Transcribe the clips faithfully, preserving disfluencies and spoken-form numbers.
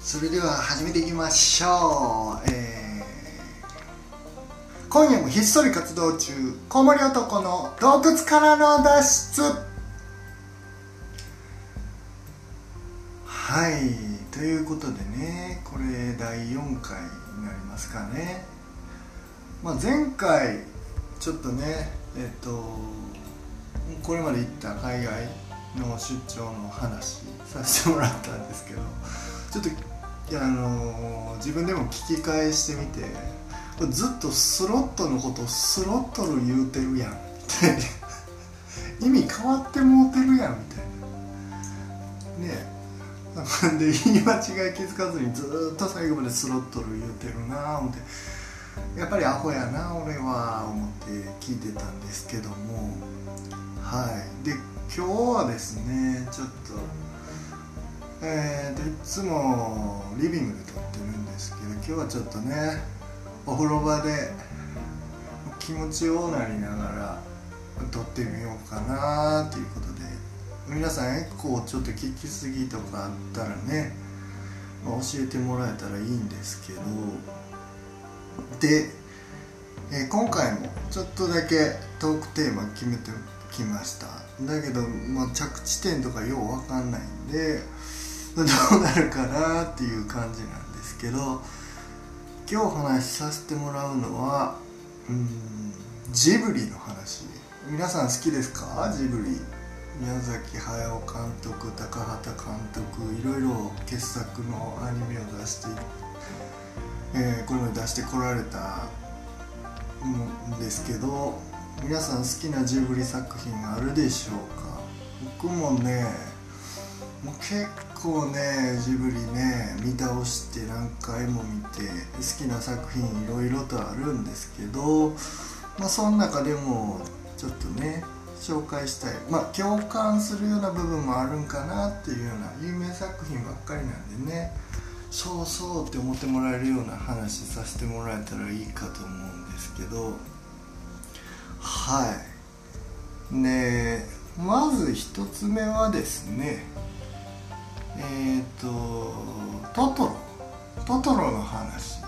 それでは始めていきましょう、えー、今夜もひっそり活動中、子守男の洞窟からの脱出。はい、ということでね、これだいよんかいになりますかね。まあ、前回ちょっとねえっとこれまで行った海外の出張の話させてもらったんですけど、ちょっといやあのー、自分でも聞き返してみて、ずっとスロットのことをスロットル言うてるやんみたいな意味変わってもうてるやんみたいなねえ、で言い間違い気づかずにずっと最後までスロットル言うてるなぁ思って、やっぱりアホやな俺は思って聞いてたんですけども、はいで今日はですねちょっとえーといつもリビングで撮ってるんですけど、今日はちょっとねお風呂場で気持ちようなりながら撮ってみようかなっていうことで、皆さんエコーちょっと聞きすぎとかあったらね、まあ、教えてもらえたらいいんですけど、で、えー、今回もちょっとだけトークテーマ決めてきました。だけど、まあ、着地点とかようわかんないんでどうなるかなっていう感じなんですけど、今日お話しさせてもらうのはうーんジブリの話。皆さん好きですか？ジブリ。宮崎駿監督、高畑監督、いろいろ傑作のアニメを出して、えー、これまで出してこられたんですけど、皆さん好きなジブリ作品あるでしょうか？僕もねもう結構ねジブリね見倒して何回も見て好きな作品いろいろとあるんですけど、まあその中でもちょっとね紹介したい、まあ共感するような部分もあるんかなっていうような有名作品ばっかりなんでね、そうそうって思ってもらえるような話させてもらえたらいいかと思うんですけど、はいでまず一つ目はですね、えっとトトロトトロの話、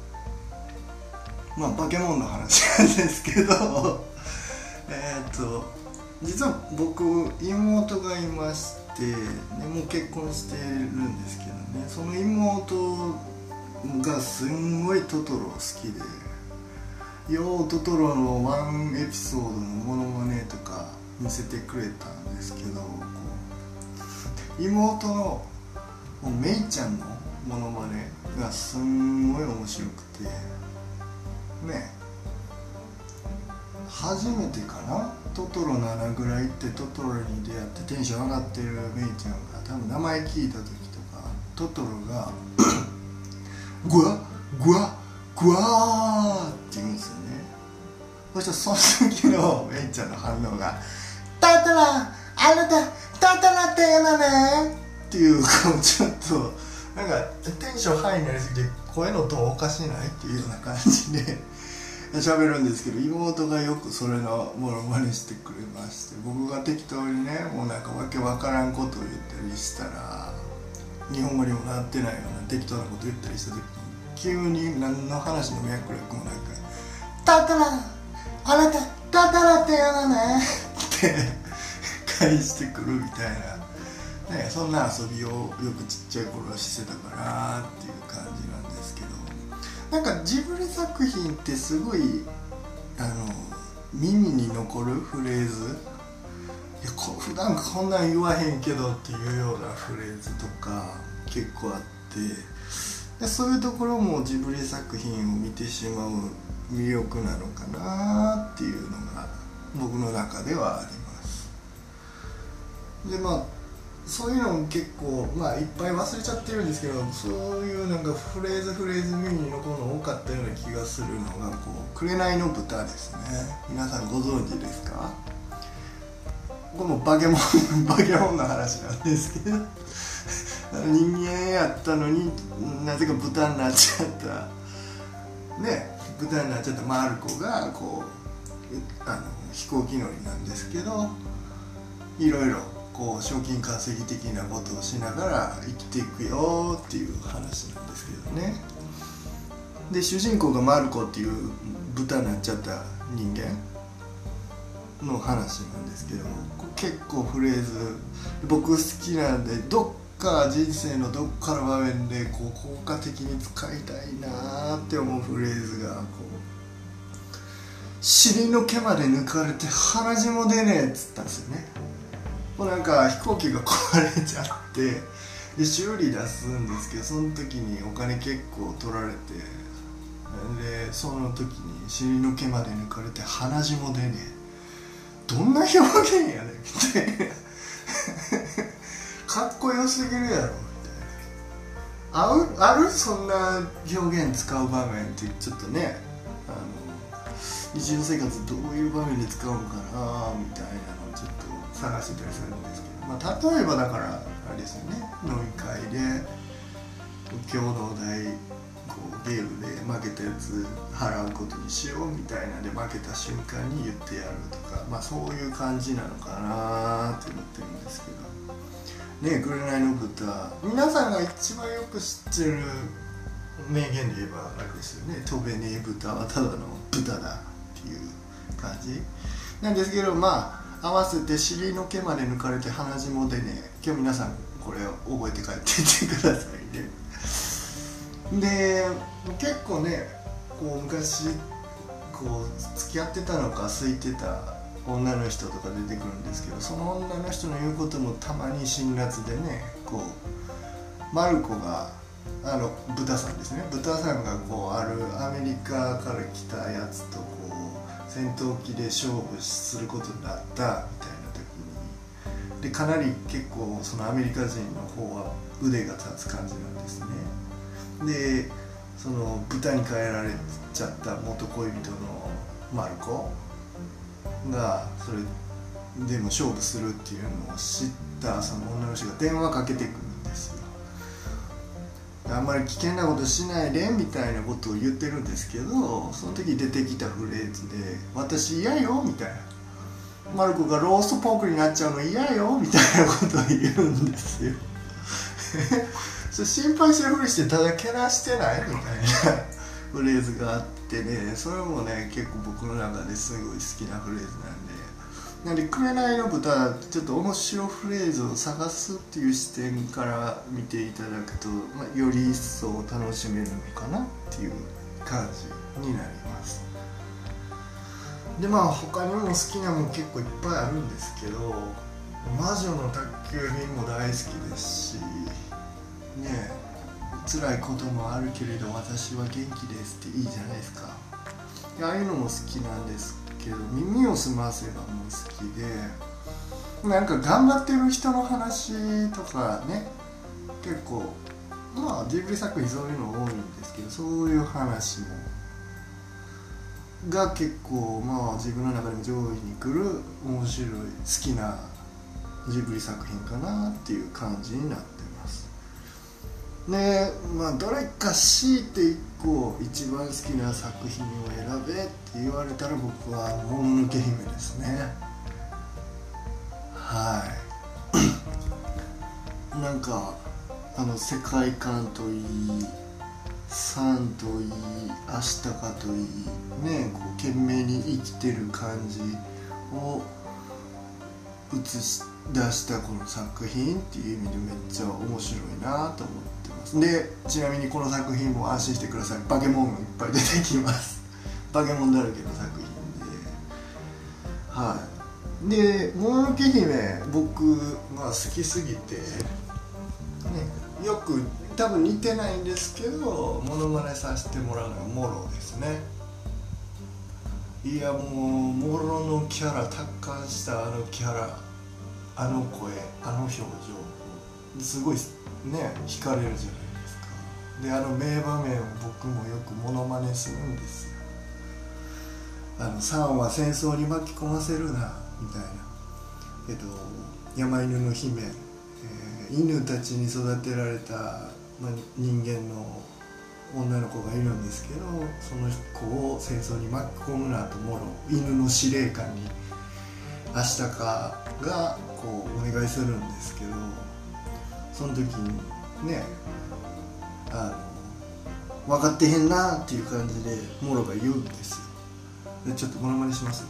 まあ化け物の話なんですけどえっと実は僕妹がいまして、ね、もう結婚してるんですけどね、その妹がすんごいトトロ好きで、ようトトロのワンエピソードのモノマネとか見せてくれたんですけど、こう妹のメイちゃんのモノマネがすんごい面白くてね、初めてかなトトロななぐらいってトトロに出会ってテンション上がってるメイちゃんが多分名前聞いた時とかトトロがグワグワグワーって言うんですよね。そしたらその時のメイちゃんの反応がトトロあなたトトロって言うのねっていう、こうちょっとなんかテンションハイになりすぎて声のトーンおかしないっていうような感じで喋るんですけど、妹がよくそれのモノマネしてくれまして、僕が適当にねもうなんかわけわからんことを言ったりしたら、日本語にもなってないような適当なこと言ったりした時に急に何の話の脈絡もなくトトロあなたトトロって言うのねって返してくるみたいな、ね、そんな遊びをよくちっちゃい頃はしてたかなっていう感じなんですけど、なんかジブリ作品ってすごいあの耳に残るフレーズ、いやこ普段こんなん言わへんけどっていうようなフレーズとか結構あって、でそういうところもジブリ作品を見てしまう魅力なのかなっていうのが僕の中ではあります。でまあそういうのも結構、まあ、いっぱい忘れちゃってるんですけど、そういうなんかフレーズフレーズ耳に残るの多かったような気がするのがこう紅の豚ですね。皆さんご存知ですか？これも化け物化け物の話なんですけど人間やったのになぜか豚になっちゃったね豚になっちゃったマルコがこうあの飛行機乗りなんですけど、いろいろこう賞金稼ぎ的なことをしながら生きていくよっていう話なんですけどね。で主人公がマルコっていう豚になっちゃった人間の話なんですけど、結構フレーズ僕好きなんで、どっか人生のどっかの場面でこう効果的に使いたいなって思うフレーズがこう尻の毛まで抜かれて鼻血も出ねえっつったんですよね。もうなんか飛行機が壊れちゃってで修理出すんですけど、その時にお金結構取られて、でその時に尻の毛まで抜かれて鼻血も出ねえ、どんな表現やねんみたいなかっこよすぎるやろみたいな、あうあるそんな表現使う場面ってちょっとね、あの日常生活どういう場面で使うのかなみたいなのをちょっと探してたりするんですけど、まあ、例えばだからあれですよね、飲み会で共同代こうゲームで負けたやつ払うことにしようみたいなで負けた瞬間に言ってやるとか、まあそういう感じなのかなって思ってるんですけどね。紅の豚、皆さんが一番よく知ってる名言で言えばあれですよね、飛べねえ豚はただの豚だっていう感じなんですけど、まあ合わせて尻の毛まで抜かれて鼻血も出ねえ、今日皆さんこれを覚えて帰っていってくださいね。で結構ねこう昔こう付き合ってたのか空いてた女の人とか出てくるんですけど、その女の人の言うこともたまに辛辣でね、こうマルコがあの豚さんですね、豚さんがこうあるアメリカから来たやつとこう戦闘機で勝負することになったみたいな時にで、かなり結構そのアメリカ人の方は腕が立つ感じなんですね。でその豚に変えられちゃった元恋人のマルコがそれでも勝負するっていうのを知ったその女の人が電話かけてくるんですよ。あんまり危険なことしないでみたいなことを言ってるんですけど、その時出てきたフレーズで「私嫌よ」みたいな、マルコがローストポークになっちゃうの嫌よみたいなことを言うんですよそれ心配してるふりしてただけなしてないみたいなフレーズがあってね、それもね結構僕の中ですごい好きなフレーズなんで、なんで紅の豚ちょっと面白フレーズを探すっていう視点から見ていただくと、まあ、より一層楽しめるのかなっていう感じになります。でまあ他にも好きなもん結構いっぱいあるんですけど、魔女の宅急便も大好きですしね、辛いこともあるけれど私は元気ですっていいじゃないですか。ああいうのも好きなんですけど、耳をすませばも好きで、なんか頑張ってる人の話とかね、結構まあジブリ作品そういうの多いんですけど、そういう話もが結構まあ自分の中でも上位に来る面白い好きなジブリ作品かなっていう感じになってます。でまあどれか強いていっこ一番好きな作品を選べって言われたら僕はもののけ姫ですね。はいなんかあの世界観といい、サンといい、アシタカといいね、こう懸命に生きてる感じを映し出したこの作品っていう意味でめっちゃ面白いなと思ってます。でちなみにこの作品も安心してください、バケモンがいっぱい出てきますバケモンだらけの作品で、はいでもののけ姫僕が好きすぎてね、よく多分似てないんですけどモノマネさせてもらうのがモロですね。いやもうモロのキャラ、達観したあのキャラ、あの声、あの表情すごいね惹かれるじゃないですか。であの名場面を僕もよくモノマネするんですよ。あのサンは戦争に巻き込ませるなみたいな、えっと山犬の姫、えー、犬たちに育てられた、まあ、人間の女の子がいるんですけど、その子を戦争に巻き込むなとモロ、犬の司令官にアシタカがこうお願いするんですけど、その時にね、あの分かってへんなっていう感じでモロが言うんですよ。でちょっとモノマネしますよ。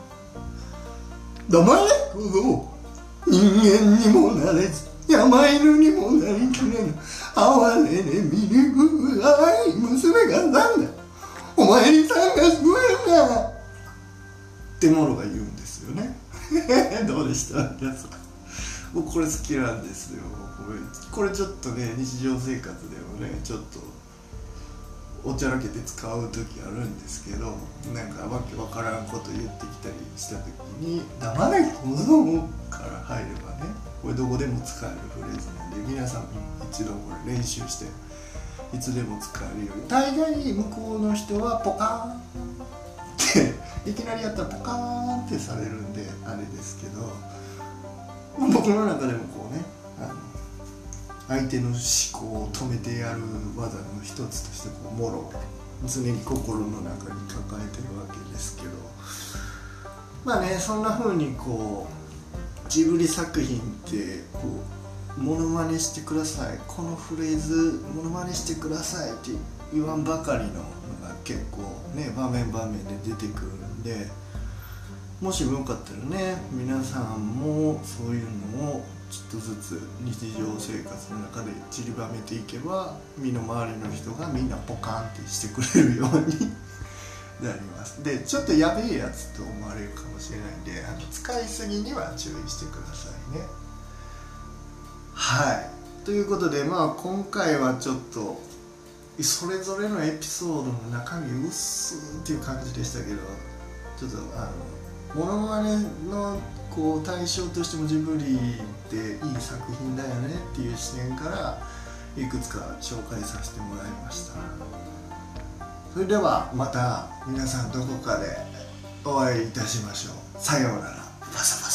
黙れ小僧、人間にもなれず山犬にもなりきれぬ哀れね見るぐらい娘がなんだお前に探すぐらいなってモロが言うんですよね。どうでした皆さん。僕これ好きなんですよ。これ、これちょっとね日常生活でもねちょっとおちゃらけて使う時あるんですけど、なんかわけわからんこと言ってきたりした時に「黙れ小僧」から入ればね、これどこでも使えるフレーズなんで、皆さん一度これ練習していつでも使えるように。大概向こうの人はポカーンっていきなりやったらポカーンってされるんであれですけど、僕の中でもこうね、あの相手の思考を止めてやる技の一つとしてこうもろ常に心の中に抱えてるわけですけど、まあね、そんな風にこうジブリ作品ってこうモノマネしてください、このフレーズモノマネしてくださいって言わんばかりののが結構ね場面場面で出てくるんで、もしもよかったらね皆さんもそういうのをちょっとずつ日常生活の中で散りばめていけば、身の回りの人がみんなポカンってしてくれるようになります。でちょっとやべえやつと思われるかもしれないんで、あの使いすぎには注意してくださいね。はい、ということでまあ今回はちょっとそれぞれのエピソードの中身薄っていう感じでしたけど、ちょっとあのモノマネのこう対象としてもジブリっていい作品だよねっていう視点からいくつか紹介させてもらいました。それではまた皆さんどこかでお会いいたしましょう。さようなら。パサパサ。